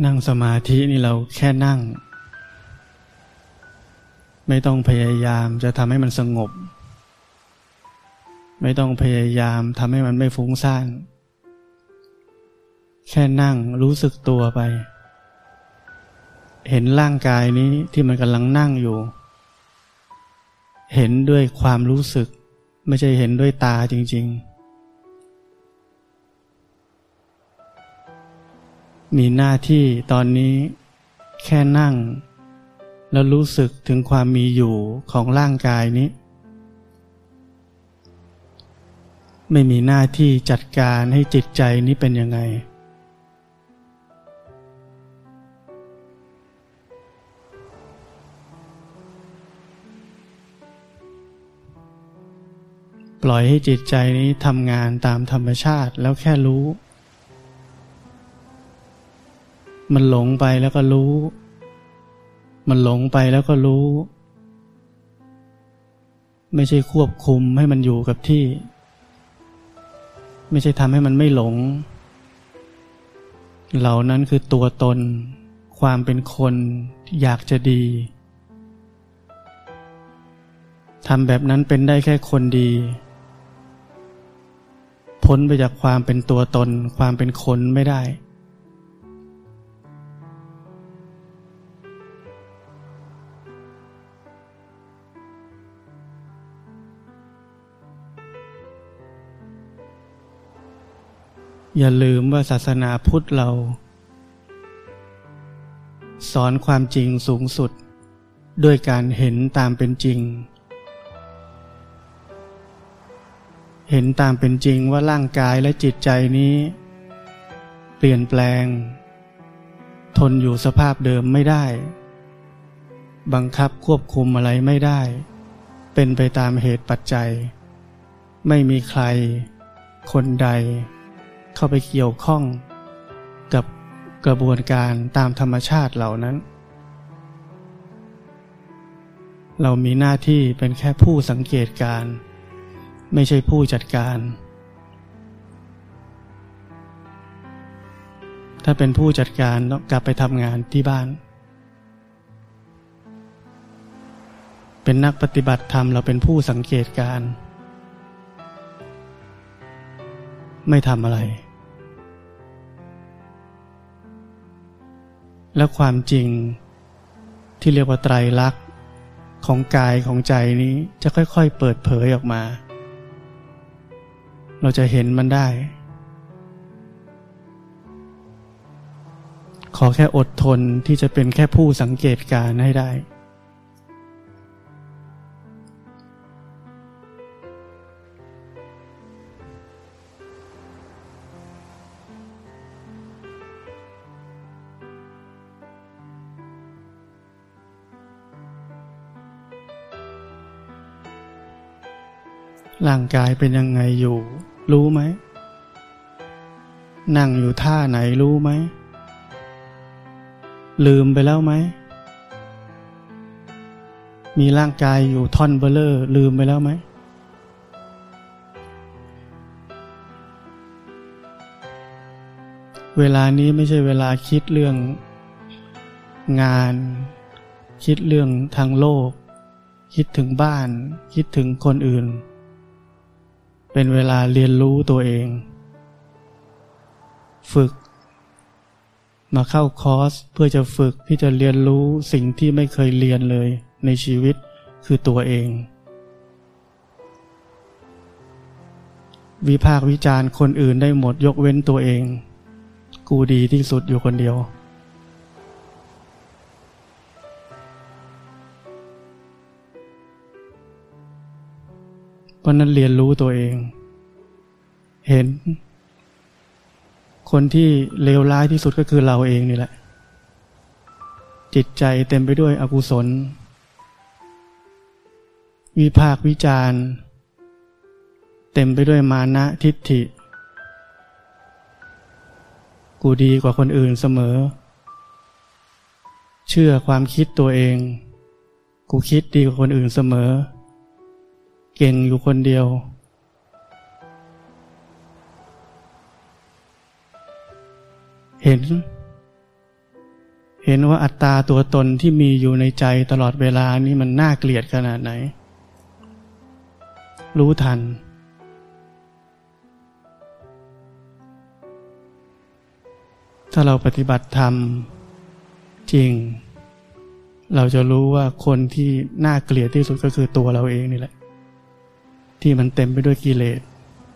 นั่งสมาธินี่เราแค่นั่งไม่ต้องพยายามจะทำให้มันสงบไม่ต้องพยายามทำให้มันไม่ฟุ้งซ่านแค่นั่งรู้สึกตัวไปเห็นร่างกายนี้ที่มันกำลังนั่งอยู่เห็นด้วยความรู้สึกไม่ใช่เห็นด้วยตาจริงๆมีหน้าที่ตอนนี้แค่นั่งแล้วรู้สึกถึงความมีอยู่ของร่างกายนี้ไม่มีหน้าที่จัดการให้จิตใจนี้เป็นยังไงปล่อยให้จิตใจนี้ทำงานตามธรรมชาติแล้วแค่รู้มันหลงไปแล้วก็รู้มันหลงไปแล้วก็รู้ไม่ใช่ควบคุมให้มันอยู่กับที่ไม่ใช่ทำให้มันไม่หลงเหล่านั้นคือตัวตนความเป็นคนที่อยากจะดีทำแบบนั้นเป็นได้แค่คนดีพ้นไปจากความเป็นตัวตนความเป็นคนไม่ได้อย่าลืมว่าศาสนาพุทธเราสอนความจริงสูงสุดด้วยการเห็นตามเป็นจริงเห็นตามเป็นจริงว่าร่างกายและจิตใจนี้เปลี่ยนแปลงทนอยู่สภาพเดิมไม่ได้บังคับควบคุมอะไรไม่ได้เป็นไปตามเหตุปัจจัยไม่มีใครคนใดเข้าไปเกี่ยวข้องกับกระบวนการตามธรรมชาติเหล่านั้นเรามีหน้าที่เป็นแค่ผู้สังเกตการณ์ไม่ใช่ผู้จัดการถ้าเป็นผู้จัดการต้องกลับไปทำงานที่บ้านเป็นนักปฏิบัติธรรมเราเป็นผู้สังเกตการณ์ไม่ทำอะไรและความจริงที่เรียกว่าไตรลักษณ์ของกายของใจนี้จะค่อยๆเปิดเผยออกมาเราจะเห็นมันได้ขอแค่อดทนที่จะเป็นแค่ผู้สังเกตการณ์ให้ได้ร่างกายเป็นยังไงอยู่รู้ไหมนั่งอยู่ท่าไหนรู้ไหมลืมไปแล้วไหมมีร่างกายอยู่ท่อนเบลอลืมไปแล้วไหมเวลานี้ไม่ใช่เวลาคิดเรื่องงานคิดเรื่องทางโลกคิดถึงบ้านคิดถึงคนอื่นเป็นเวลาเรียนรู้ตัวเองฝึกมาเข้าคอร์สเพื่อจะฝึกที่จะเรียนรู้สิ่งที่ไม่เคยเรียนเลยในชีวิตคือตัวเองวิพากษ์วิจารณ์คนอื่นได้หมดยกเว้นตัวเองกูดีที่สุดอยู่คนเดียวเพราะนั้นเรียนรู้ตัวเองเห็นคนที่เลวร้ายที่สุดก็คือเราเองนี่แหละจิตใจเต็มไปด้วยอกุศลวิพากษ์วิจารณ์เต็มไปด้วยมานะทิฏฐิกูดีกว่าคนอื่นเสมอเชื่อความคิดตัวเองกูคิดดีกว่าคนอื่นเสมอเก่งอยู่คนเดียวเห็นเห็นว่าอัตตาตัวตนที่มีอยู่ในใจตลอดเวลานี้มันน่าเกลียดขนาดไหนรู้ทันถ้าเราปฏิบัติธรรมจริงเราจะรู้ว่าคนที่น่าเกลียดที่สุดก็คือตัวเราเองนี่แหละที่มันเต็มไปด้วยกิเลส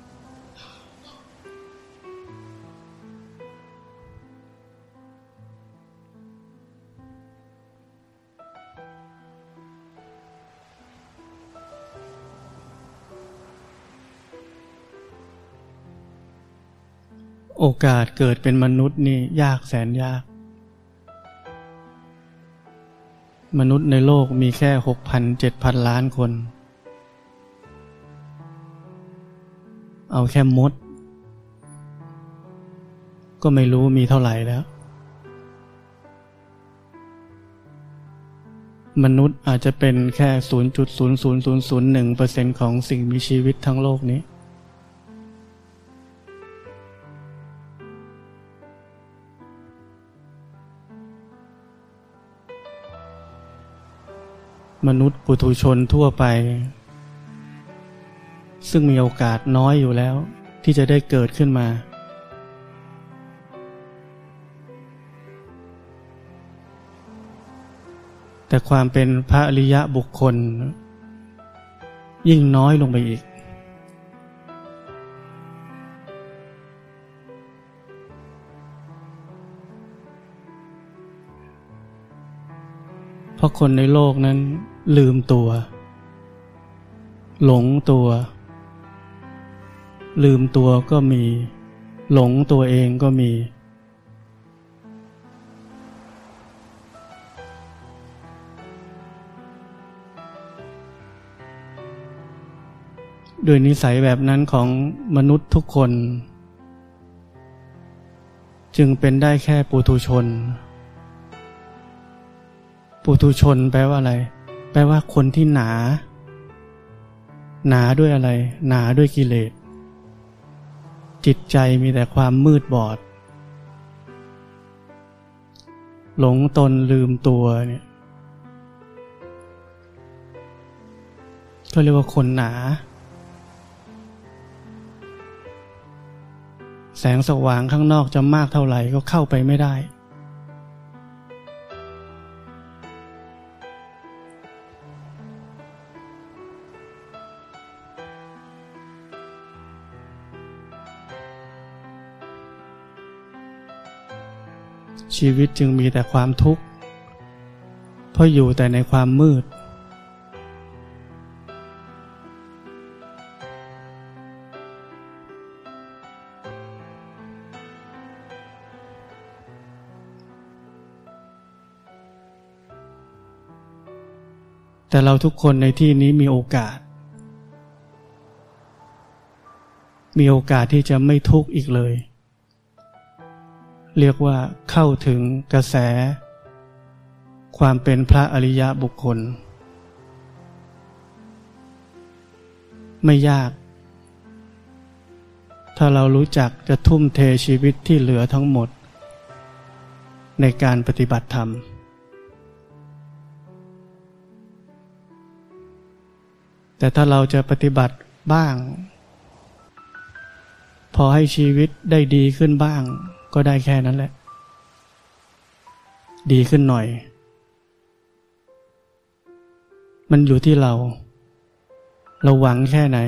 โอกาสเกิดเป็นมนุษย์นี่ยากแสนยากมนุษย์ในโลกมีแค่ 6,000-7,000 ล้านคนเอาแค่มดก็ไม่รู้มีเท่าไหร่แล้วมนุษย์อาจจะเป็นแค่ 0.00001% ของสิ่งมีชีวิตทั้งโลกนี้มนุษย์ปุถุชนทั่วไปซึ่งมีโอกาสน้อยอยู่แล้วที่จะได้เกิดขึ้นมาแต่ความเป็นพระอริยะบุคคลยิ่งน้อยลงไปอีกเพราะคนในโลกนั้นลืมตัวหลงตัวลืมตัวก็มีหลงตัวเองก็มีโดยนิสัยแบบนั้นของมนุษย์ทุกคนจึงเป็นได้แค่ปุถุชนปุถุชนแปลว่าอะไรแปลว่าคนที่หนาด้วยอะไรหนาด้วยกิเลสจิตใจมีแต่ความมืดบอดหลงตนลืมตัวเนี่ยก็เรียกว่าคนหนาแสงสว่างข้างนอกจะมากเท่าไหร่ก็เข้าไปไม่ได้ชีวิตจึงมีแต่ความทุกข์เพราะอยู่แต่ในความมืดแต่เราทุกคนในที่นี้มีโอกาสที่จะไม่ทุกข์อีกเลยเรียกว่าเข้าถึงกระแสความเป็นพระอริยบุคคลไม่ยากถ้าเรารู้จักจะทุ่มเทชีวิตที่เหลือทั้งหมดในการปฏิบัติธรรมแต่ถ้าเราจะปฏิบัติบ้างพอให้ชีวิตได้ดีขึ้นบ้างก็ได้แค่นั้นแหละดีขึ้นหน่อยมันอยู่ที่เราหวังแค่ไหน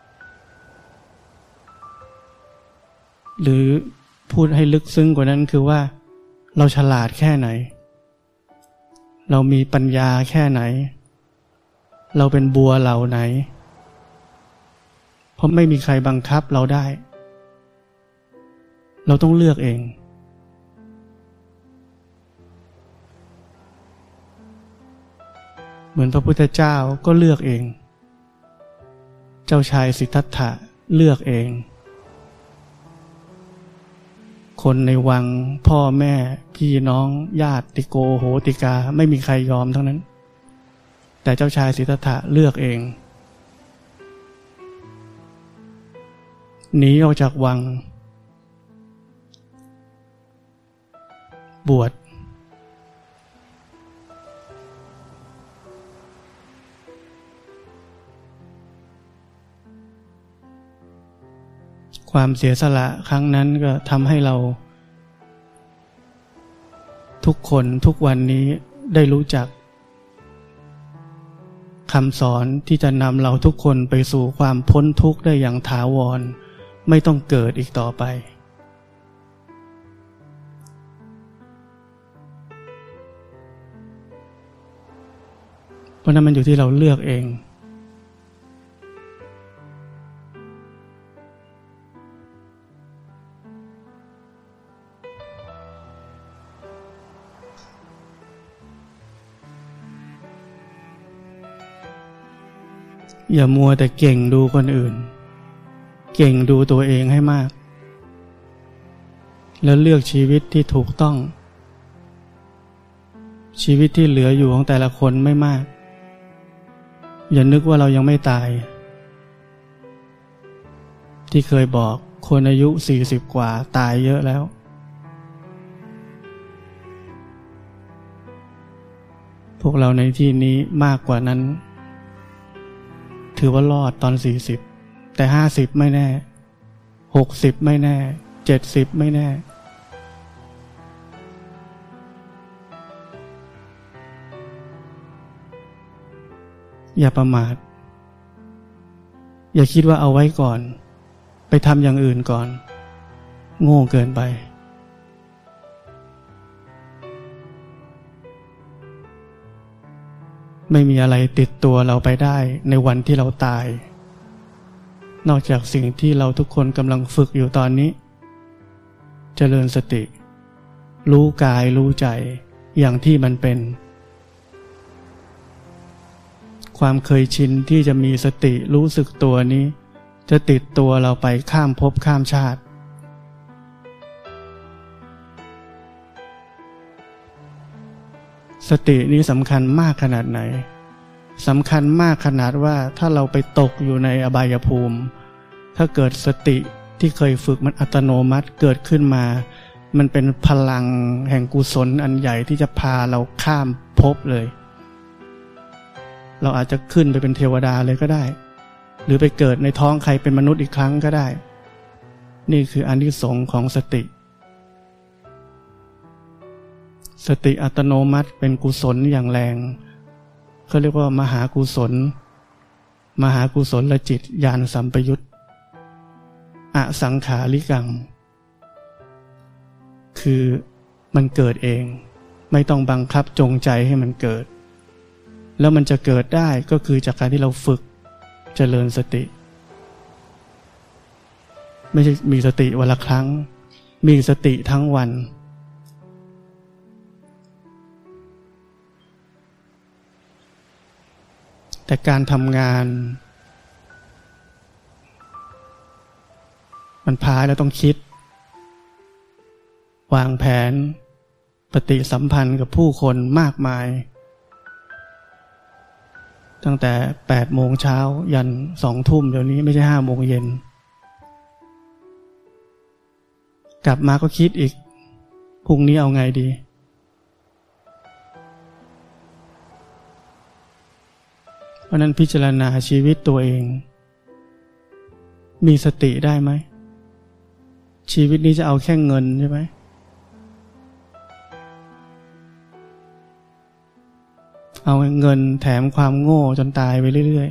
หรือพูดให้ลึกซึ้งกว่านั้นคือว่าเราฉลาดแค่ไหนเรามีปัญญาแค่ไหนเราเป็นบัวเหล่าไหนเพราะไม่มีใครบังคับเราได้เราต้องเลือกเองเหมือนพระพุทธเจ้าก็เลือกเองเจ้าชายสิทธัตถะเลือกเองคนในวังพ่อแม่พี่น้องญาติโกโหติกาไม่มีใครยอมทั้งนั้นแต่เจ้าชายสิทธัตถะเลือกเองหนีออกจากวังบวชความเสียสละครั้งนั้นก็ทำให้เราทุกคนทุกวันนี้ได้รู้จักคำสอนที่จะนำเราทุกคนไปสู่ความพ้นทุกข์ได้อย่างถาวรไม่ต้องเกิดอีกต่อไปเพราะนั้นมันอยู่ที่เราเลือกเองอย่ามัวแต่เก่งดูคนอื่นเก่งดูตัวเองให้มากแล้วเลือกชีวิตที่ถูกต้องชีวิตที่เหลืออยู่ของแต่ละคนไม่มากอย่านึกว่าเรายังไม่ตายที่เคยบอกคนอายุ40กว่าตายเยอะแล้วพวกเราในที่นี้มากกว่านั้นถือว่ารอดตอน40แต่50ไม่แน่60ไม่แน่70ไม่แน่อย่าประมาทอย่าคิดว่าเอาไว้ก่อนไปทำอย่างอื่นก่อนโง่เกินไปไม่มีอะไรติดตัวเราไปได้ในวันที่เราตายนอกจากสิ่งที่เราทุกคนกำลังฝึกอยู่ตอนนี้เจริญสติรู้กายรู้ใจอย่างที่มันเป็นความเคยชินที่จะมีสติรู้สึกตัวนี้จะติดตัวเราไปข้ามภพข้ามชาติสตินี้สำคัญมากขนาดไหนสำคัญมากขนาดว่าถ้าเราไปตกอยู่ในอบายภูมิถ้าเกิดสติที่เคยฝึกมันอัตโนมัติเกิดขึ้นมามันเป็นพลังแห่งกุศลอันใหญ่ที่จะพาเราข้ามภพเลยเราอาจจะขึ้นไปเป็นเทวดาเลยก็ได้หรือไปเกิดในท้องใครเป็นมนุษย์อีกครั้งก็ได้นี่คืออานิสงส์ของสติสติอัตโนมัติเป็นกุศลอย่างแรงเขาเรียกว่ามหากุศลลจิตญาณสัมปยุตอสังขาริกังคือมันเกิดเองไม่ต้องบังคับจงใจให้มันเกิดแล้วมันจะเกิดได้ก็คือจากการที่เราฝึกเจริญสติไม่ใช่มีสติวันละครั้งมีสติทั้งวันแต่การทำงานมันพาแล้วต้องคิดวางแผนปฏิสัมพันธ์กับผู้คนมากมายตั้งแต่8 โมงเช้ายัน2 ทุ่มเดี๋ยวนี้ไม่ใช่5 โมงเย็นกลับมาก็คิดอีกพรุ่งนี้เอาไงดีเพราะนั้นพิจารณาชีวิตตัวเองมีสติได้ไหมชีวิตนี้จะเอาแค่เงินใช่ไหมเอาเงินแถมความโง่จนตายไปเรื่อย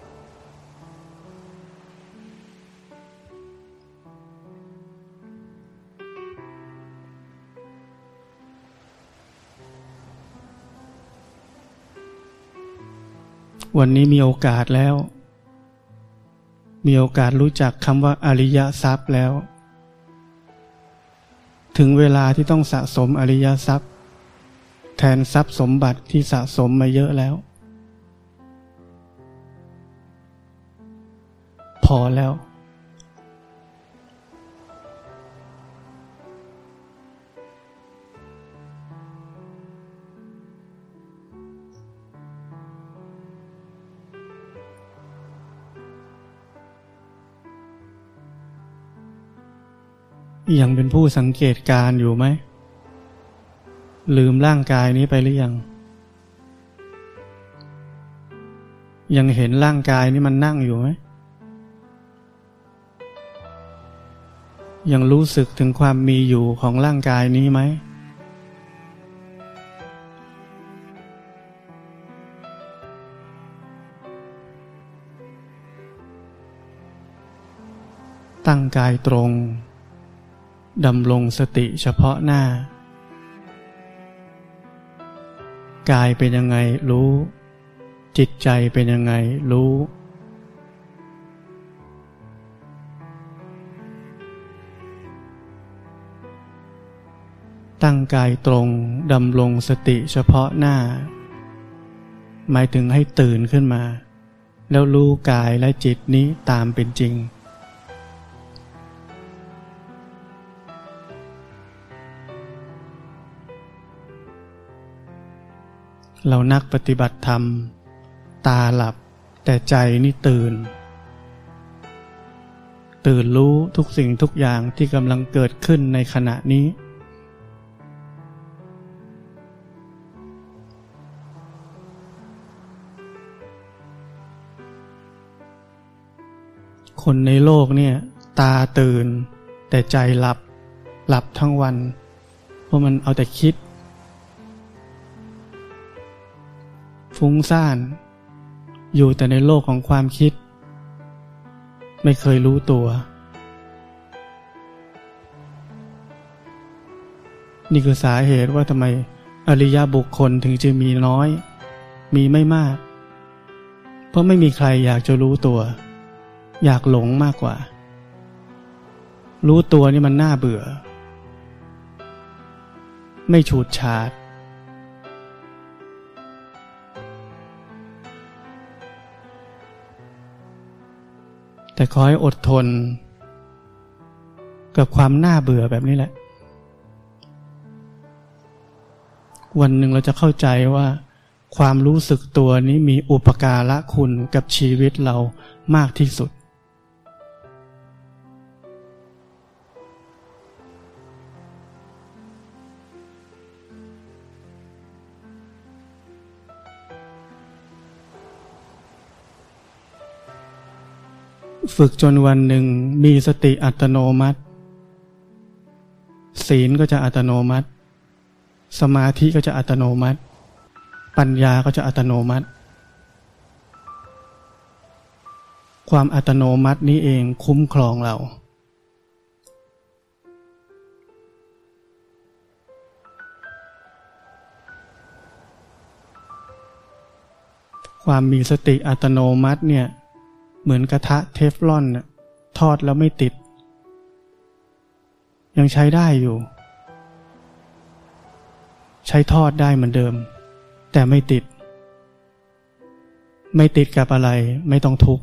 ๆวันนี้มีโอกาสแล้วมีโอกาสรู้จักคำว่าอริยทรัพย์แล้วถึงเวลาที่ต้องสะสมอริยทรัพย์แทนทรัพย์สมบัติที่สะสมมาเยอะแล้วพอแล้วยังเป็นผู้สังเกตการอยู่ไหมลืมร่างกายนี้ไปหรือยังเห็นร่างกายนี้มันนั่งอยู่ไหมยังรู้สึกถึงความมีอยู่ของร่างกายนี้ไหมตั้งกายตรงดำรงสติเฉพาะหน้ากายเป็นยังไงรู้จิตใจเป็นยังไงรู้ตั้งกายตรงดำรงสติเฉพาะหน้าหมายถึงให้ตื่นขึ้นมาแล้วรู้กายและจิตนี้ตามเป็นจริงเรานักปฏิบัติธรรมตาหลับแต่ใจนี่ตื่นรู้ทุกสิ่งทุกอย่างที่กำลังเกิดขึ้นในขณะนี้คนในโลกเนี่ยตาตื่นแต่ใจหลับทั้งวันเพราะมันเอาแต่คิดฟุ้งซ่านอยู่แต่ในโลกของความคิดไม่เคยรู้ตัวนี่คือสาเหตุว่าทำไมอริยบุคคลถึงจะมีน้อยมีไม่มากเพราะไม่มีใครอยากจะรู้ตัวอยากหลงมากกว่ารู้ตัวนี่มันน่าเบื่อไม่ฉูดฉาดแต่ขอให้อดทนกับความน่าเบื่อแบบนี้แหละวันหนึ่งเราจะเข้าใจว่าความรู้สึกตัวนี้มีอุปการะคุณกับชีวิตเรามากที่สุดฝึกจนวันหนึ่งมีสติอัตโนมัติศีลก็จะอัตโนมัติสมาธิก็จะอัตโนมัติปัญญาก็จะอัตโนมัติความอัตโนมัตินี้เองคุ้มครองเราความมีสติอัตโนมัติเนี่ยเหมือนกระทะเทฟลอนทอดแล้วไม่ติดยังใช้ได้อยู่ใช้ทอดได้เหมือนเดิมแต่ไม่ติดกับอะไรไม่ต้องทุกข์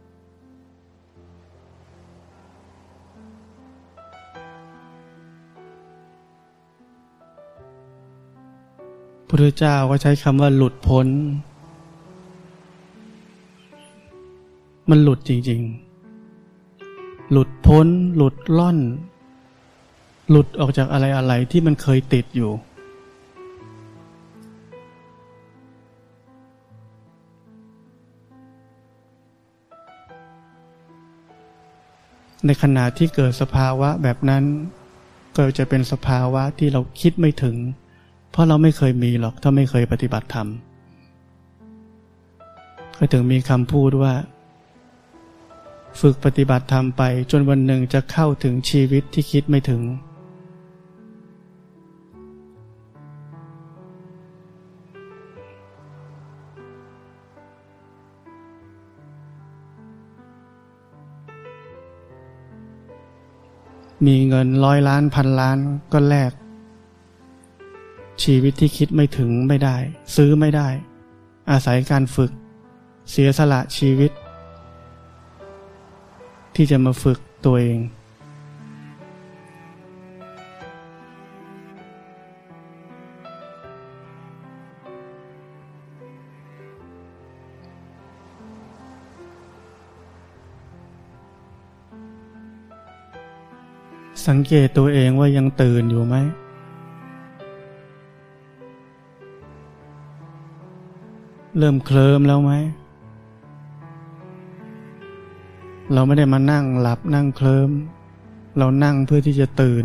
พระพุทธเจ้าก็ใช้คำว่าหลุดพ้นมันหลุดจริงๆหลุดพ้นหลุดล่อนหลุดออกจากอะไรที่มันเคยติดอยู่ในขณะที่เกิดสภาวะแบบนั้นก็จะเป็นสภาวะที่เราคิดไม่ถึงเพราะเราไม่เคยมีหรอกถ้าไม่เคยปฏิบัติธรรมก็ถึงมีคำพูดว่าฝึกปฏิบัติธรรมไปจนวันหนึ่งจะเข้าถึงชีวิตที่คิดไม่ถึงมีเงิน100 ล้านพันล้านก็แลกชีวิตที่คิดไม่ถึงไม่ได้ซื้อไม่ได้อาศัยการฝึกเสียสละชีวิตที่จะมาฝึกตัวเองสังเกตตัวเองว่ายังตื่นอยู่ไหมเริ่มเคลิ้มแล้วไหมเราไม่ได้มานั่งหลับนั่งเคลิ้มเรานั่งเพื่อที่จะตื่น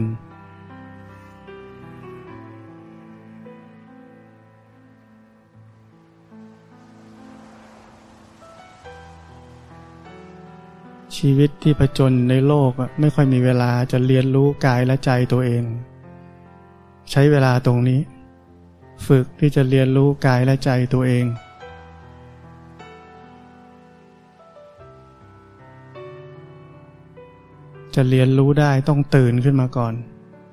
ชีวิตที่ผจญในโลกไม่ค่อยมีเวลาจะเรียนรู้กายและใจตัวเองใช้เวลาตรงนี้ฝึกที่จะเรียนรู้กายและใจตัวเองจะเรียนรู้ได้ต้องตื่นขึ้นมาก่อน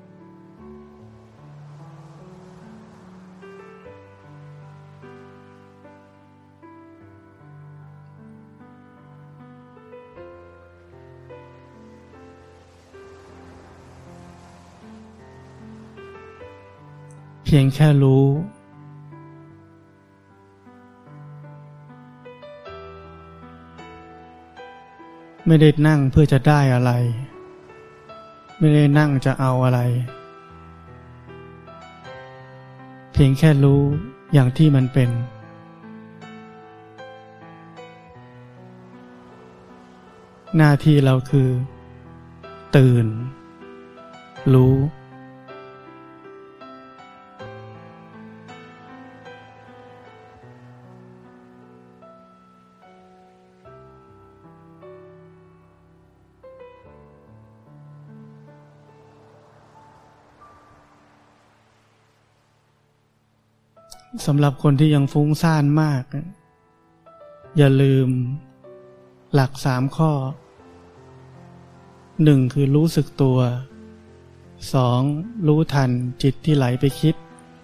เพียงแค่รู้ไม่ได้นั่งเพื่อจะได้อะไรไม่ได้นั่งจะเอาอะไรเพียงแค่รู้อย่างที่มันเป็นหน้าที่เราคือตื่นรู้สำหรับคนที่ยังฟุ้งซ่านมากอย่าลืมหลัก3 ข้อ 1. คือรู้สึกตัว 2. รู้ทันจิตที่ไหลไปคิด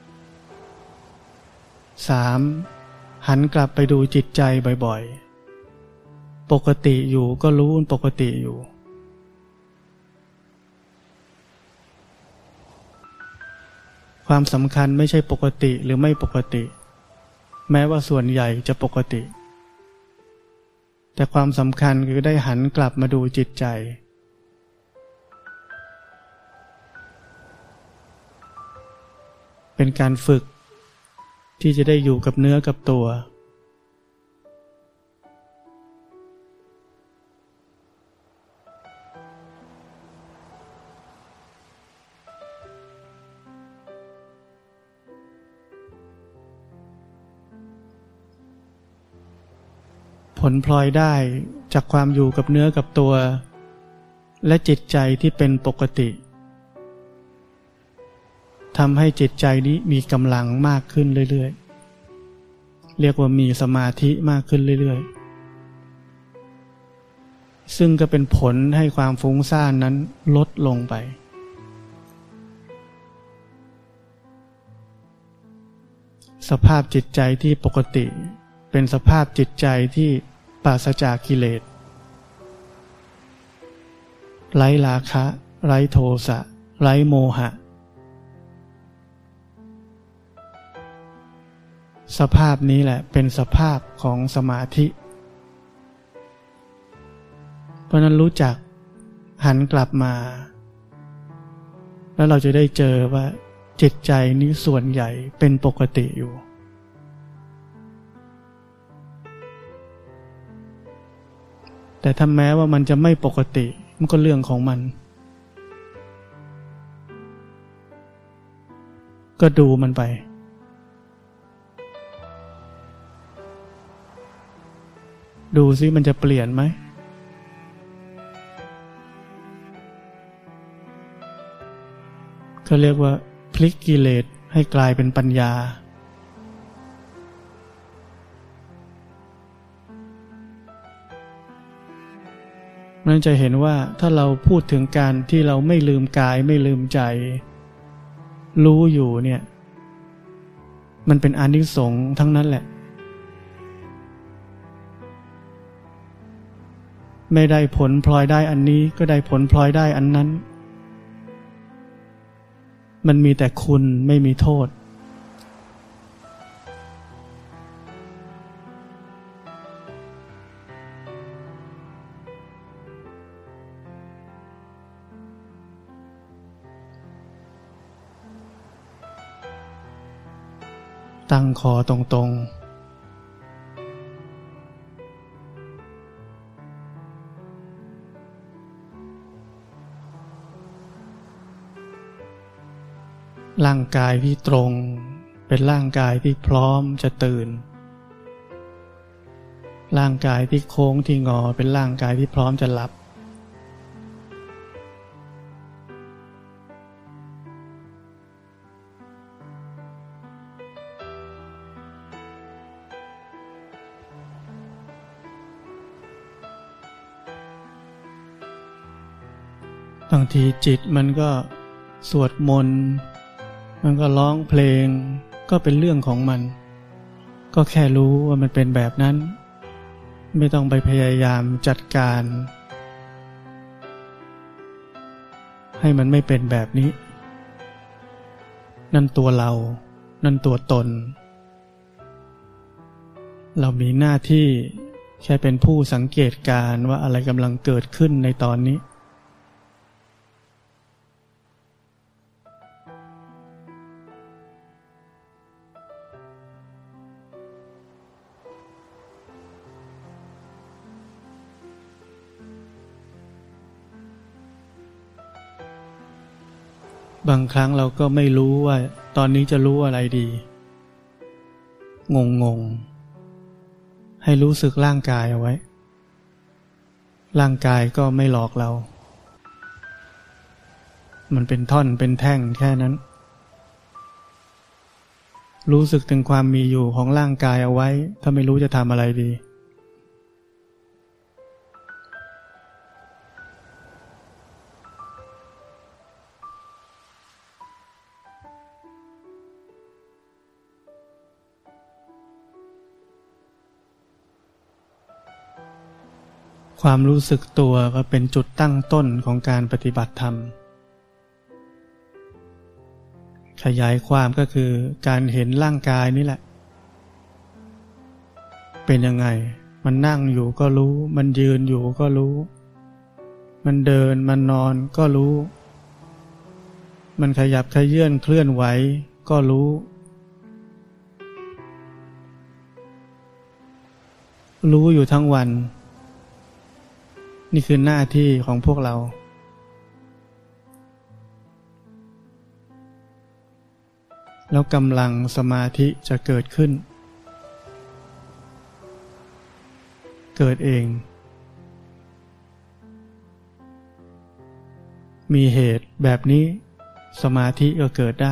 3. หันกลับไปดูจิตใจบ่อยๆปกติอยู่ก็รู้ปกติอยู่ความสำคัญไม่ใช่ปกติหรือไม่ปกติแม้ว่าส่วนใหญ่จะปกติแต่ความสำคัญคือได้หันกลับมาดูจิตใจเป็นการฝึกที่จะได้อยู่กับเนื้อกับตัวผลพลอยได้จากความอยู่กับเนื้อกับตัวและจิตใจที่เป็นปกติทำให้จิตใจนี้มีกำลังมากขึ้นเรื่อยๆเรียกว่ามีสมาธิมากขึ้นเรื่อยๆซึ่งก็เป็นผลให้ความฟุ้งซ่านนั้นลดลงไปสภาพจิตใจที่ปกติเป็นสภาพจิตใจที่ปราศจากกิเลสไร้ราคะไร้โทสะไร้โมหะสภาพนี้แหละเป็นสภาพของสมาธิเพราะนั้นรู้จักหันกลับมาแล้วเราจะได้เจอว่าจิตใจนี้ส่วนใหญ่เป็นปกติอยู่แต่ถ้าแม้ว่ามันจะไม่ปกติมันก็เรื่องของมันก็ดูมันไปดูซิมันจะเปลี่ยนไหมเขาเรียกว่าพลิกกิเลสให้กลายเป็นปัญญานั่นจะเห็นว่าถ้าเราพูดถึงการที่เราไม่ลืมกายไม่ลืมใจรู้อยู่เนี่ยมันเป็นอานิสงส์ทั้งนั้นแหละไม่ได้ผลพลอยได้อันนี้ก็ได้ผลพลอยได้อันนั้นมันมีแต่คุณไม่มีโทษตั้งคอตรงๆร่างกายที่ตรงเป็นร่างกายที่พร้อมจะตื่นร่างกายที่โค้งที่งอเป็นร่างกายที่พร้อมจะหลับบางทีจิตมันก็สวดมนต์มันก็ร้องเพลงก็เป็นเรื่องของมันก็แค่รู้ว่ามันเป็นแบบนั้นไม่ต้องไปพยายามจัดการให้มันไม่เป็นแบบนี้นั่นตัวเรานั่นตัวตนเรามีหน้าที่แค่เป็นผู้สังเกตการณ์ว่าอะไรกำลังเกิดขึ้นในตอนนี้บางครั้งเราก็ไม่รู้ว่าตอนนี้จะรู้อะไรดีงงให้รู้สึกร่างกายเอาไว้ร่างกายก็ไม่หลอกเรามันเป็นท่อนเป็นแท่งแค่นั้นรู้สึกถึงความมีอยู่ของร่างกายเอาไว้ถ้าไม่รู้จะทำอะไรดีความรู้สึกตัวก็เป็นจุดตั้งต้นของการปฏิบัติธรรมขยายความก็คือการเห็นร่างกายนี่แหละเป็นยังไงมันนั่งอยู่ก็รู้มันยืนอยู่ก็รู้มันเดินมันนอนก็รู้มันขยับขยื่นเคลื่อนไหวก็รู้อยู่ทั้งวันนี่คือหน้าที่ของพวกเราแล้วกำลังสมาธิจะเกิดขึ้นเกิดเองมีเหตุแบบนี้สมาธิก็เกิดได้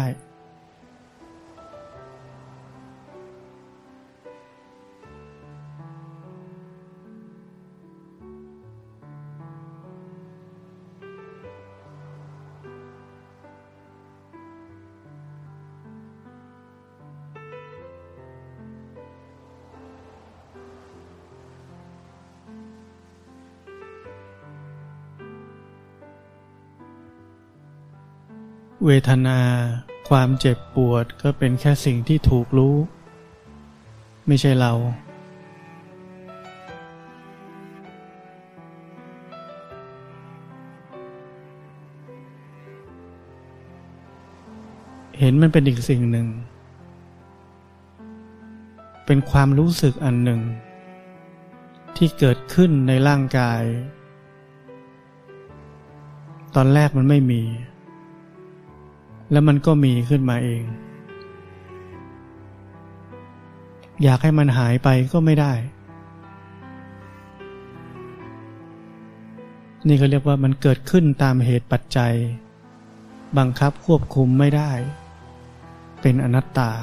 เวทนาความเจ็บปวดก็เป็นแค่สิ่งที่ถูกรู้ไม่ใช่เราเห็นมันเป็นอีกสิ่งหนึ่งเป็นความรู้สึกอันหนึ่งที่เกิดขึ้นในร่างกายตอนแรกมันไม่มีแล้วมันก็มีขึ้นมาเองอยากให้มันหายไปก็ไม่ได้นี่ก็เรียกว่ามันเกิดขึ้นตามเหตุปัจจัยบังคับควบคุมไม่ได้เป็นอนัตตา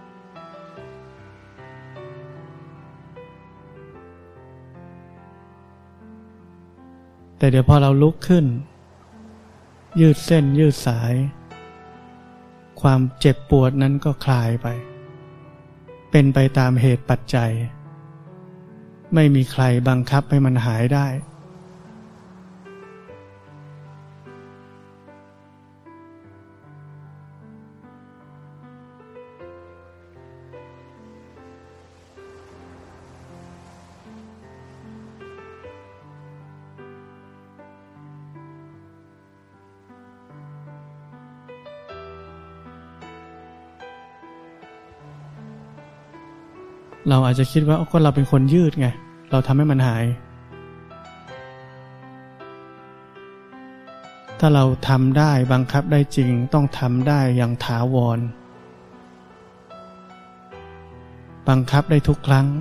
แต่เดี๋ยวพอเราลุกขึ้นยืดเส้นยืดสายความเจ็บปวดนั้นก็คลายไปเป็นไปตามเหตุปัจจัยไม่มีใครบังคับให้มันหายได้ เราอาจจะคิดว่าก็เราเป็นคนยืดไงเราทำให้มันหายถ้ถ้าเราทำได้บังคับได้จริงต้องทำได้อย่างถาวรบังคับได้ทุกครั้ง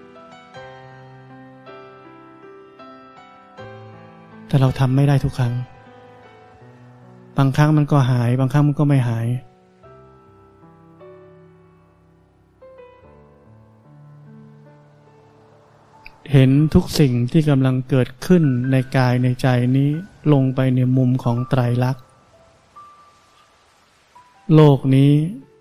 แต่เราทำไม่ได้ทุกครั้งบางครั้งมันก็หายบางครั้งมันก็ไม่หายเห็นทุกสิ่งที่กำลังเกิดขึ้นในกายในใจนี้ลงไปในมุมของไตรลักษณ์โลกนี้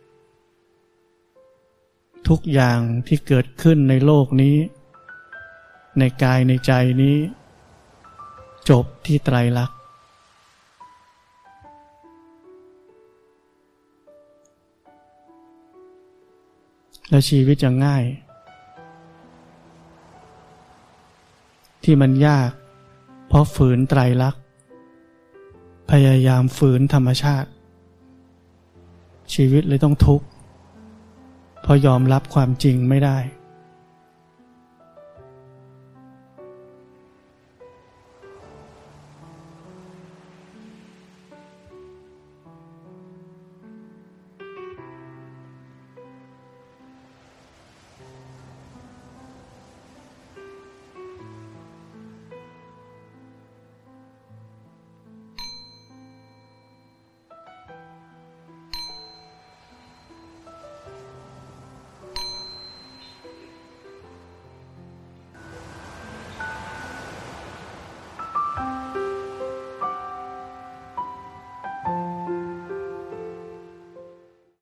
ทุกอย่างที่เกิดขึ้นในโลกนี้ในกายในใจนี้จบที่ไตรลักษณ์และชีวิตจะง่ายที่มันยากเพราะฝืนไตรลักษณ์พยายามฝืนธรรมชาติชีวิตเลยต้องทุกข์เพราะยอมรับความจริงไม่ได้